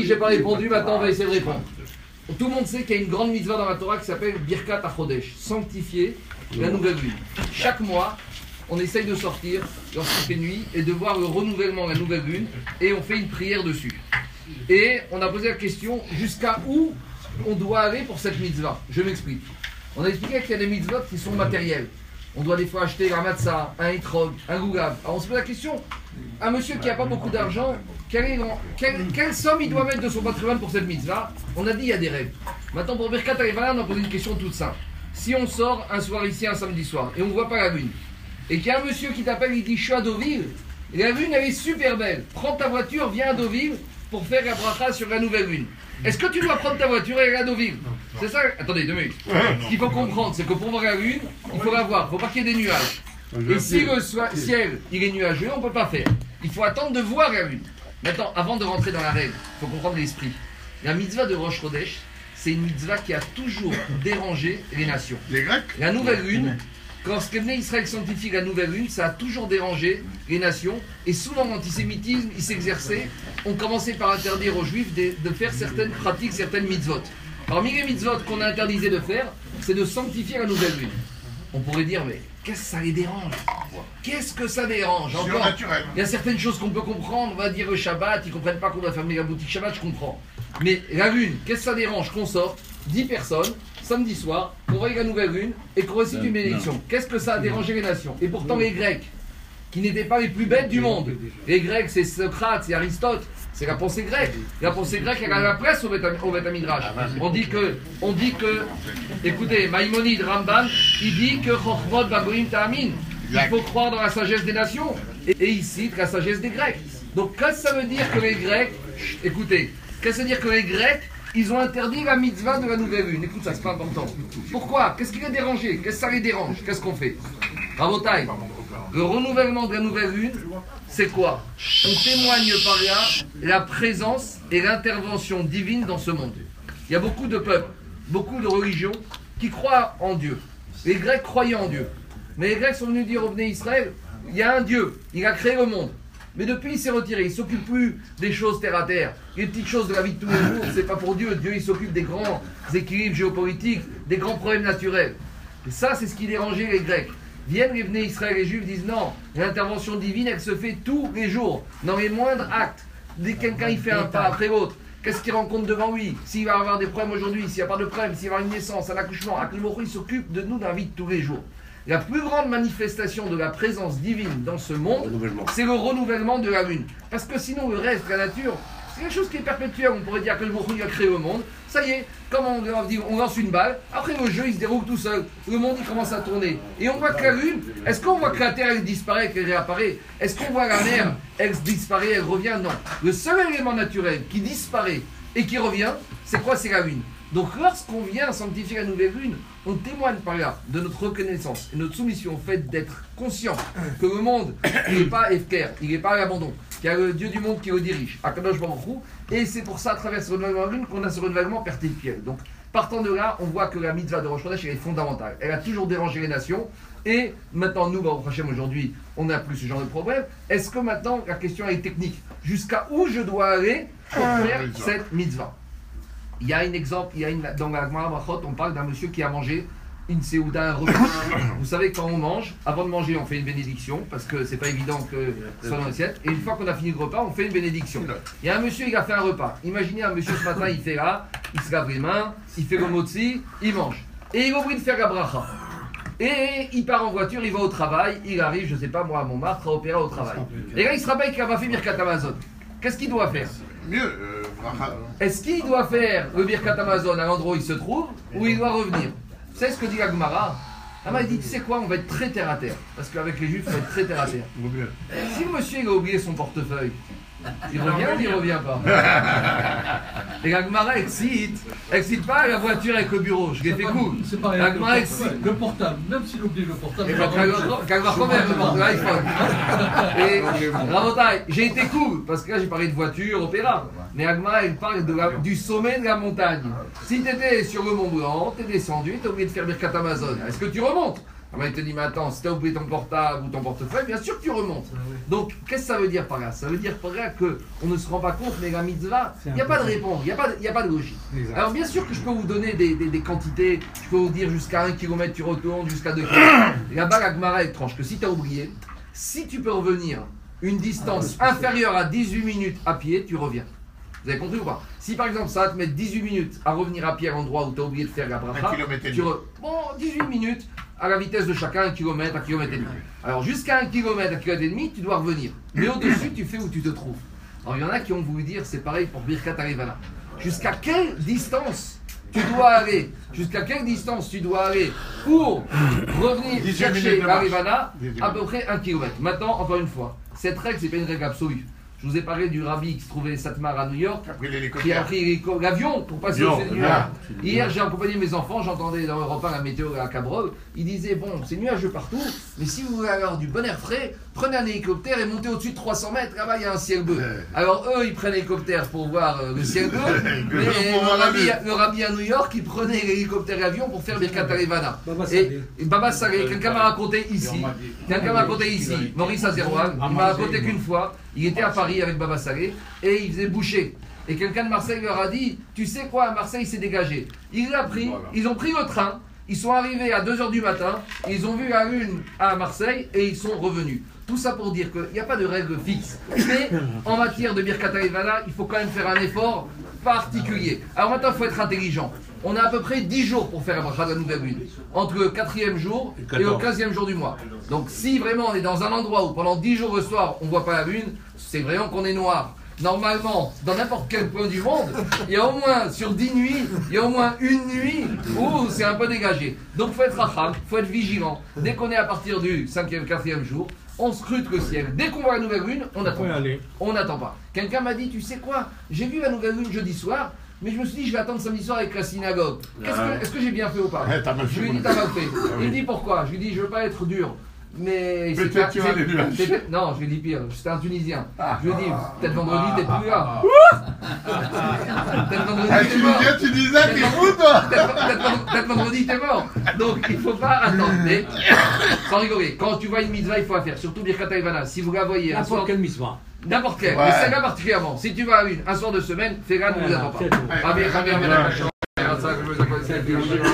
je n'ai pas répondu, maintenant on va essayer de répondre. Tout le monde sait qu'il y a une grande mitzvah dans la Torah qui s'appelle Birkat HaChodesh, sanctifier la nouvelle lune. Chaque mois, on essaye de sortir lorsqu'il fait nuit et de voir le renouvellement de la nouvelle lune et on fait une prière dessus. Et on a posé la question jusqu'à où on doit aller pour cette mitzvah. Je m'explique. On a expliqué qu'il y a des mitzvahs qui sont matériels. On doit des fois acheter un matzah, un etrog, un gougab. Alors on se pose la question, un monsieur qui n'a pas beaucoup d'argent, quelle somme il doit mettre de son patrimoine pour cette mitzvah? On a dit il y a des règles. Maintenant pour Birkat HaLevana, on a posé une question toute simple. Si on sort un soir ici, un samedi soir, et on ne voit pas la lune, et qu'il y a un monsieur qui t'appelle, il dit je suis à Deauville, et la lune elle est super belle, prends ta voiture, viens à Deauville pour faire la bracha sur la nouvelle lune. Est-ce que tu dois prendre ta voiture et aller à Deauville? C'est ça? Attendez, 2 minutes. Ce qu'il faut comprendre, c'est que pour voir la lune, il faut la voir, il ne faut pas qu'il y ait des nuages. Et si le ciel il est nuageux, on ne peut pas faire. Il faut attendre de voir la lune. Maintenant, avant de rentrer dans la règle, il faut comprendre l'esprit. La mitzvah de Rosh Chodesh, c'est une mitzvah qui a toujours dérangé les nations. Les Grecs? La nouvelle lune, lorsque Israël sanctifie la nouvelle lune, ça a toujours dérangé les nations. Et souvent, l'antisémitisme, il s'exerçait. On commençait par interdire aux juifs de faire certaines pratiques, certaines mitzvot. Parmi les mitzvot qu'on a interdisé de faire, c'est de sanctifier la nouvelle lune. On pourrait dire, mais qu'est-ce que ça les dérange? Qu'est-ce que ça dérange? Encore, il y a certaines choses qu'on peut comprendre. On va dire le Shabbat, ils ne comprennent pas qu'on va fermer la boutique Shabbat, je comprends. Mais la lune, qu'est-ce que ça dérange qu'on sorte 10 personnes, samedi soir, qu'on voit la nouvelle lune et qu'on récite une bénédiction? Qu'est-ce que ça a dérangé les nations? Et pourtant les Grecs, qui n'étaient pas les plus bêtes du monde, les Grecs c'est Socrate, c'est Aristote, c'est la pensée grecque. La pensée grecque, elle a la presse au Beth Midrash. On dit que, écoutez, Maïmonide, Ramban, il dit que Chochmot Bagoim Ta'amin, il faut croire dans la sagesse des nations. Et il cite la sagesse des Grecs. Donc, qu'est-ce que ça veut dire que les Grecs, écoutez, qu'est-ce que ça veut dire que les Grecs, ils ont interdit la mitzvah de la nouvelle lune? Écoute, ça c'est pas important. Pourquoi? Qu'est-ce qui les dérangé? Qu'est-ce que ça les dérange? Qu'est-ce qu'on fait? Rabotai, le renouvellement de la nouvelle lune, c'est quoi? On témoigne par là la présence et l'intervention divine dans ce monde. Il y a beaucoup de peuples, beaucoup de religions qui croient en Dieu. Les Grecs croyaient en Dieu. Mais les Grecs sont venus dire au Bnei Israël, il y a un Dieu, il a créé le monde. Mais depuis, il s'est retiré, il ne s'occupe plus des choses terre à terre. Les petites choses de la vie de tous les jours, c'est pas pour Dieu. Dieu, il s'occupe des grands équilibres géopolitiques, des grands problèmes naturels. Et ça, c'est ce qui dérangeait les Grecs. Viennent les Bnei Israël, les Juifs disent non, l'intervention divine, elle se fait tous les jours, dans les moindres actes. Dès que quelqu'un il fait un pas après l'autre, qu'est-ce qu'il rencontre devant lui? S'il va avoir des problèmes aujourd'hui, s'il n'y a pas de problème, s'il va avoir une naissance, un accouchement, il s'occupe de nous dans la vie de tous les jours. La plus grande manifestation de la présence divine dans ce monde, c'est le renouvellement de la lune. Parce que sinon, le reste de la nature, c'est quelque chose qui est perpétuel. On pourrait dire que le monde a créé le monde. Ça y est, comme on lance une balle, après le jeu il se déroule tout seul. Le monde il commence à tourner. Et on voit que la lune, est-ce qu'on voit que la terre elle disparaît, qu'elle réapparaît? Est-ce qu'on voit la mer, elle disparaît, elle revient? Non. Le seul élément naturel qui disparaît et qui revient, c'est quoi? C'est la lune. Donc lorsqu'on vient sanctifier la nouvelle lune, on témoigne par là de notre reconnaissance et notre soumission au fait d'être conscient que le monde il n'est pas efker, il n'est pas à l'abandon, qu'il y a le Dieu du monde qui le dirige, Akadosh Baruch Hu, et c'est pour ça à travers ce renouvellement de la lune qu'on a ce renouvellement perpétuel. Donc partant de là, on voit que la mitzvah de Rosh Chodesh elle est fondamentale. Elle a toujours dérangé les nations et maintenant nous, Baruch Hashem, aujourd'hui, on n'a plus ce genre de problème. Est-ce que maintenant la question est technique? Jusqu'à où je dois aller pour faire cette mitzvah? Il y a un exemple, dans la Gemara Brachot, on parle d'un monsieur qui a mangé une séouda, un repas. Vous savez, quand on mange, avant de manger, on fait une bénédiction, parce que c'est pas évident que ce soit dans l'assiette. Et une fois qu'on a fini le repas, on fait une bénédiction. Il y a un monsieur, il a fait un repas. Imaginez un monsieur ce matin, il fait là, il se lave les mains, il fait le motzi, il mange. Et il oublie de faire la bracha. Et il part en voiture, il va au travail, il arrive, je sais pas moi, à Montmartre, à Opéra au travail. Et là, il se rappelle qu'il n'a pas fait Birkat Hamazon. Qu'est-ce qu'il doit faire? Est-ce qu'il doit faire le Birkat Hamazon à l'endroit où il se trouve ou il doit revenir? C'est ce que dit la Gemara. Il dit, tu sais quoi, on va être très terre à terre. Parce qu'avec les Juifs, on va être très terre à terre. Si le monsieur il a oublié son portefeuille, il revient ou il revient pas? Et la Gemara excite pas la voiture avec le bureau. Je l'ai fait coup. La Gemara excite. Le portable, même s'il oublie le portable. Et l'iPhone. Et Rabotai, j'ai été cool, parce que là j'ai parlé de voiture, opéra. Mais Agma, elle parle du sommet de la montagne. Si tu étais sur le Mont Blanc, tu es descendu, tu as oublié de faire Birkat Hamazon. Est-ce que tu remontes? Alors il te dit, mais attends, si tu as oublié ton portable ou ton portefeuille, bien sûr que tu remontes. Donc, qu'est-ce que ça veut dire par là? Ça veut dire par là qu'on ne se rend pas compte, mais la mitzvah, il n'y a pas de réponse, il n'y a pas de logique. Exact. Alors, bien sûr que je peux vous donner des quantités, je peux vous dire jusqu'à 1 km tu retournes, jusqu'à 2 km. Là-bas, la Gemara elle tranche que si tu as oublié, si tu peux revenir une distance inférieure à 18 minutes à pied, tu reviens. Vous avez compris ou pas? Si par exemple ça va te mettre 18 minutes à revenir à pied à l'endroit où tu as oublié de faire la bracha, 18 minutes à la vitesse de chacun, 1 km, 1 km et demi. Alors jusqu'à 1 km, 1 km et demi, tu dois revenir. Mais au-dessus, tu fais où tu te trouves. Alors il y en a qui ont voulu dire, c'est pareil pour Birkat Harivana. Jusqu'à quelle distance tu dois aller? Jusqu'à quelle distance tu dois aller pour revenir chercher Harivana? À peu près 1 km. Maintenant, encore une fois, cette règle, c'est pas une règle absolue. Je vous ai parlé du rabbi qui se trouvait Satmar à New York, qui a pris l'avion pour passer au nuages. Hier, j'ai accompagné mes enfants, j'entendais dans Europe 1 la météo à Cabrol. Ils disaient, bon, c'est nuageux partout, mais si vous voulez avoir du bon air frais, prenez un hélicoptère et montez au-dessus de 300 mètres, là-bas il y a un ciel bleu. Alors eux, ils prennent l'hélicoptère pour voir le ciel bleu, mais le rabbi à New York, il prenait l'hélicoptère et l'avion pour faire Birkat Harivana. Et Baba Salé, quelqu'un m'a raconté ici, Maurice Azerwan, il m'a raconté qu'une fois, il était à Paris avec Baba Salé et il faisait boucher. Et quelqu'un de Marseille leur a dit, tu sais quoi, à Marseille il s'est dégagé. Il l'a pris, ils ont pris le train, ils sont arrivés à 2h du matin, ils ont vu la lune à Marseille et ils sont revenus. Tout ça pour dire qu'il n'y a pas de règle fixe. Mais en matière de Birkat Harivana, il faut quand même faire un effort particulier. Alors maintenant, il faut être intelligent. On a à peu près 10 jours pour faire la bracha de la nouvelle lune, entre le 4e jour et le 15e jour du mois. Donc si vraiment on est dans un endroit où pendant 10 jours le soir on ne voit pas la lune, c'est vraiment qu'on est noir. Normalement, dans n'importe quel point du monde, il y a au moins, sur 10 nuits, il y a au moins une nuit où c'est un peu dégagé. Donc il faut être racham, il faut être vigilant. Dès qu'on est à partir du 5e, 4e jour, on scrute le ciel. Dès qu'on voit la nouvelle lune, on attend pas. On n'attend pas. Quelqu'un m'a dit, tu sais quoi, j'ai vu la nouvelle lune jeudi soir, mais je me suis dit, je vais attendre samedi soir avec la synagogue. Est-ce que j'ai bien fait ou pas? Je lui ai dit, t'as mal fait. Il me dit, pourquoi? Je lui ai dit, je veux pas être dur. Mais peut-être tu as les nuages. Non, je lui ai dit pire, c'était un Tunisien. Je lui ai dit, peut-être vendredi, t'es plus là. Peut-être vendredi, t'es mort. Tu disais, t'es fou, toi. Peut-être vendredi, t'es mort. Donc, il ne faut pas attendre. Mais, sans rigoler, quand tu vois une mitzvah, il faut la faire. Surtout Birkat Harivana. Si vous la voyez un soir. N'importe quelle mitzvah. N'importe quelle. Mais celle-là particulièrement. Si tu vas à un soir de semaine, fais-la, ne vous attends pas.